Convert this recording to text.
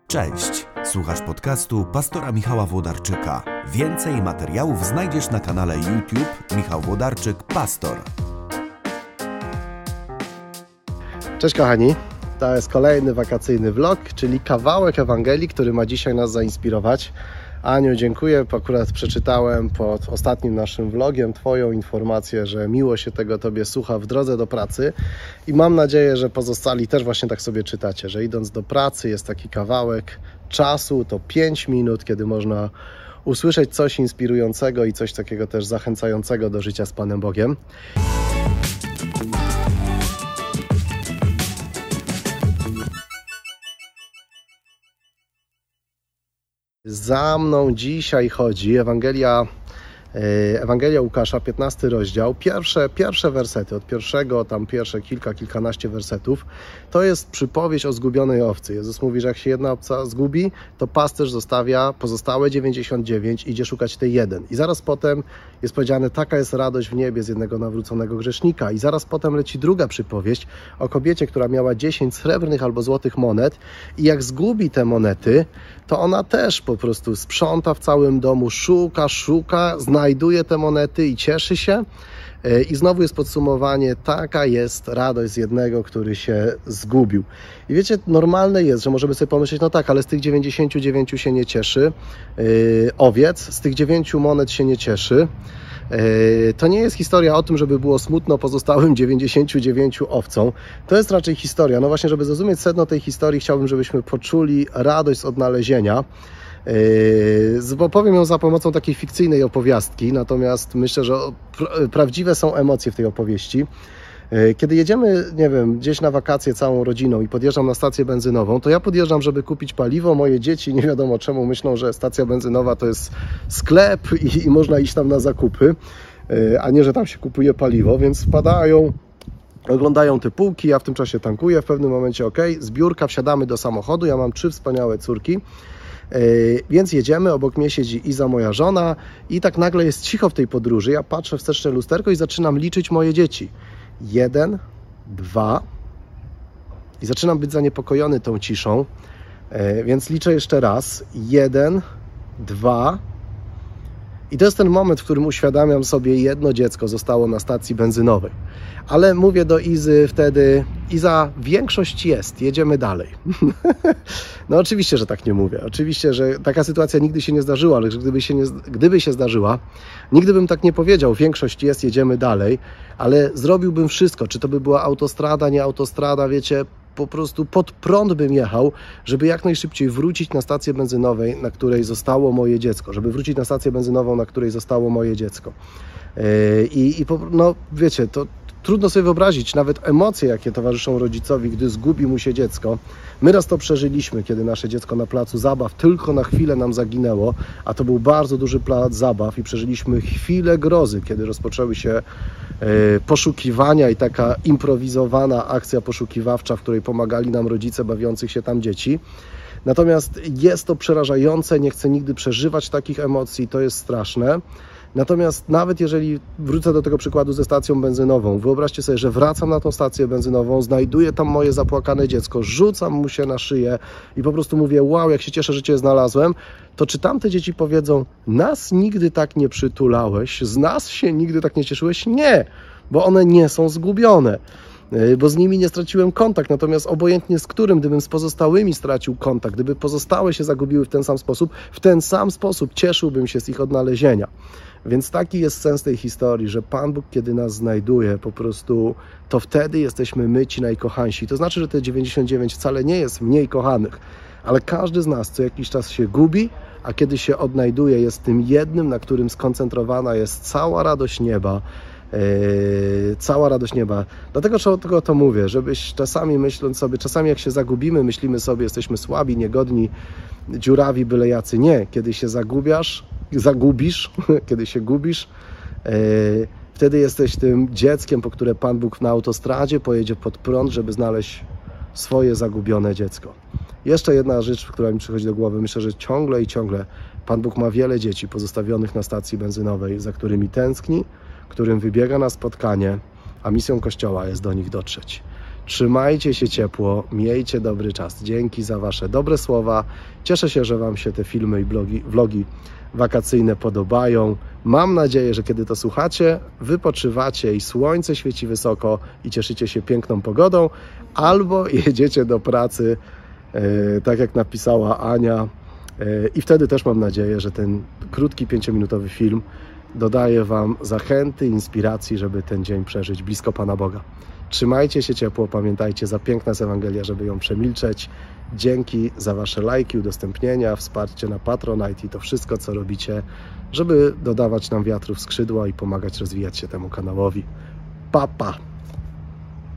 Cześć, słuchasz podcastu pastora Michała Włodarczyka. Więcej materiałów znajdziesz na kanale YouTube Michał Włodarczyk Pastor. Cześć kochani, to jest kolejny wakacyjny vlog, czyli kawałek Ewangelii, który ma dzisiaj nas zainspirować. Aniu, dziękuję, akurat przeczytałem pod ostatnim naszym vlogiem Twoją informację, że miło się tego Tobie słucha w drodze do pracy i mam nadzieję, że pozostali też właśnie tak sobie czytacie, że idąc do pracy jest taki kawałek czasu, to 5 minut, kiedy można usłyszeć coś inspirującego i coś takiego też zachęcającego do życia z Panem Bogiem. Za mną dzisiaj chodzi Ewangelia Łukasza, 15 rozdział, pierwsze wersety, od pierwszego, tam pierwsze kilkanaście wersetów, to jest przypowieść o zgubionej owcy. Jezus mówi, że jak się jedna owca zgubi, to pasterz zostawia pozostałe 99, idzie szukać tej jeden. I zaraz potem jest powiedziane, taka jest radość w niebie z jednego nawróconego grzesznika. I zaraz potem leci druga przypowieść o kobiecie, która miała 10 srebrnych albo złotych monet i jak zgubi te monety, to ona też po prostu sprząta w całym domu, szuka, znajduje te monety i cieszy się. I znowu jest podsumowanie, taka jest radość z jednego, który się zgubił. I wiecie, normalne jest, że możemy sobie pomyśleć, no tak, ale z tych 99 się nie cieszy owiec, z tych 9 monet się nie cieszy. To nie jest historia o tym, żeby było smutno pozostałym 99 owcom. To jest raczej historia. No właśnie, żeby zrozumieć sedno tej historii, chciałbym, żebyśmy poczuli radość z odnalezienia. Bo powiem ją za pomocą takiej fikcyjnej opowiastki, natomiast myślę, że prawdziwe są emocje w tej opowieści. Kiedy jedziemy, nie wiem, gdzieś na wakacje całą rodziną i podjeżdżam na stację benzynową, to ja podjeżdżam, żeby kupić paliwo. Moje dzieci nie wiadomo czemu myślą, że stacja benzynowa to jest sklep i można iść tam na zakupy, a nie, że tam się kupuje paliwo, więc wpadają, oglądają te półki, ja w tym czasie tankuję, w pewnym momencie zbiórka, wsiadamy do samochodu, ja mam 3 wspaniałe córki. Więc jedziemy, obok mnie siedzi Iza, moja żona i tak nagle jest cicho w tej podróży, ja patrzę w wsteczne lusterko i zaczynam liczyć moje dzieci. 1, 2 i zaczynam być zaniepokojony tą ciszą, więc liczę jeszcze raz. 1, 2 i to jest ten moment, w którym uświadamiam sobie, jedno dziecko zostało na stacji benzynowej. Ale mówię do Izy wtedy, Iza, większość jest, jedziemy dalej. No oczywiście, że tak nie mówię. Oczywiście, że taka sytuacja nigdy się nie zdarzyła, ale gdyby się zdarzyła, nigdy bym tak nie powiedział, większość jest, jedziemy dalej, ale zrobiłbym wszystko, czy to by była autostrada, nie autostrada, wiecie, po prostu pod prąd bym jechał, żeby jak najszybciej wrócić na stację benzynowej, na której zostało moje dziecko, żeby wrócić na stację benzynową, na której zostało moje dziecko. No wiecie, to trudno sobie wyobrazić nawet emocje, jakie towarzyszą rodzicowi, gdy zgubi mu się dziecko. My raz to przeżyliśmy, kiedy nasze dziecko na placu zabaw tylko na chwilę nam zaginęło, a to był bardzo duży plac zabaw i przeżyliśmy chwilę grozy, kiedy rozpoczęły się poszukiwania i taka improwizowana akcja poszukiwawcza, w której pomagali nam rodzice bawiących się tam dzieci. Natomiast jest to przerażające, nie chcę nigdy przeżywać takich emocji, to jest straszne. Natomiast nawet jeżeli wrócę do tego przykładu ze stacją benzynową, wyobraźcie sobie, że wracam na tą stację benzynową, znajduję tam moje zapłakane dziecko, rzucam mu się na szyję i po prostu mówię, wow, jak się cieszę, że Cię znalazłem, to czy tamte dzieci powiedzą, nas nigdy tak nie przytulałeś, z nas się nigdy tak nie cieszyłeś? Nie, bo one nie są zgubione, bo z nimi nie straciłem kontakt, natomiast obojętnie z którym, gdybym z pozostałymi stracił kontakt, gdyby pozostałe się zagubiły w ten sam sposób cieszyłbym się z ich odnalezienia. Więc taki jest sens tej historii, że Pan Bóg, kiedy nas znajduje, po prostu to wtedy jesteśmy my ci najkochańsi. To znaczy, że te 99 wcale nie jest mniej kochanych, ale każdy z nas co jakiś czas się gubi, a kiedy się odnajduje, jest tym jednym, na którym skoncentrowana jest cała radość nieba. Cała radość nieba. Dlatego to mówię, żebyś czasami myśląc sobie, czasami jak się zagubimy, myślimy sobie, jesteśmy słabi, niegodni, dziurawi, byle jacy. Nie, kiedy się zagubisz, kiedy się gubisz, wtedy jesteś tym dzieckiem, po które Pan Bóg na autostradzie pojedzie pod prąd, żeby znaleźć swoje zagubione dziecko. Jeszcze jedna rzecz, która mi przychodzi do głowy, myślę, że ciągle i ciągle Pan Bóg ma wiele dzieci pozostawionych na stacji benzynowej, za którymi tęskni, którym wybiega na spotkanie, a misją Kościoła jest do nich dotrzeć. Trzymajcie się ciepło, miejcie dobry czas. Dzięki za Wasze dobre słowa. Cieszę się, że Wam się te filmy i vlogi wakacyjne podobają. Mam nadzieję, że kiedy to słuchacie, wypoczywacie i słońce świeci wysoko i cieszycie się piękną pogodą, albo jedziecie do pracy, tak jak napisała Ania. I wtedy też mam nadzieję, że ten krótki 5-minutowy film dodaje Wam zachęty, inspiracji, żeby ten dzień przeżyć blisko Pana Boga. Trzymajcie się ciepło, pamiętajcie, za piękna jest Ewangelia, żeby ją przemilczeć. Dzięki za Wasze lajki, udostępnienia, wsparcie na Patronite i to wszystko, co robicie, żeby dodawać nam wiatru w skrzydła i pomagać rozwijać się temu kanałowi. Pa, pa!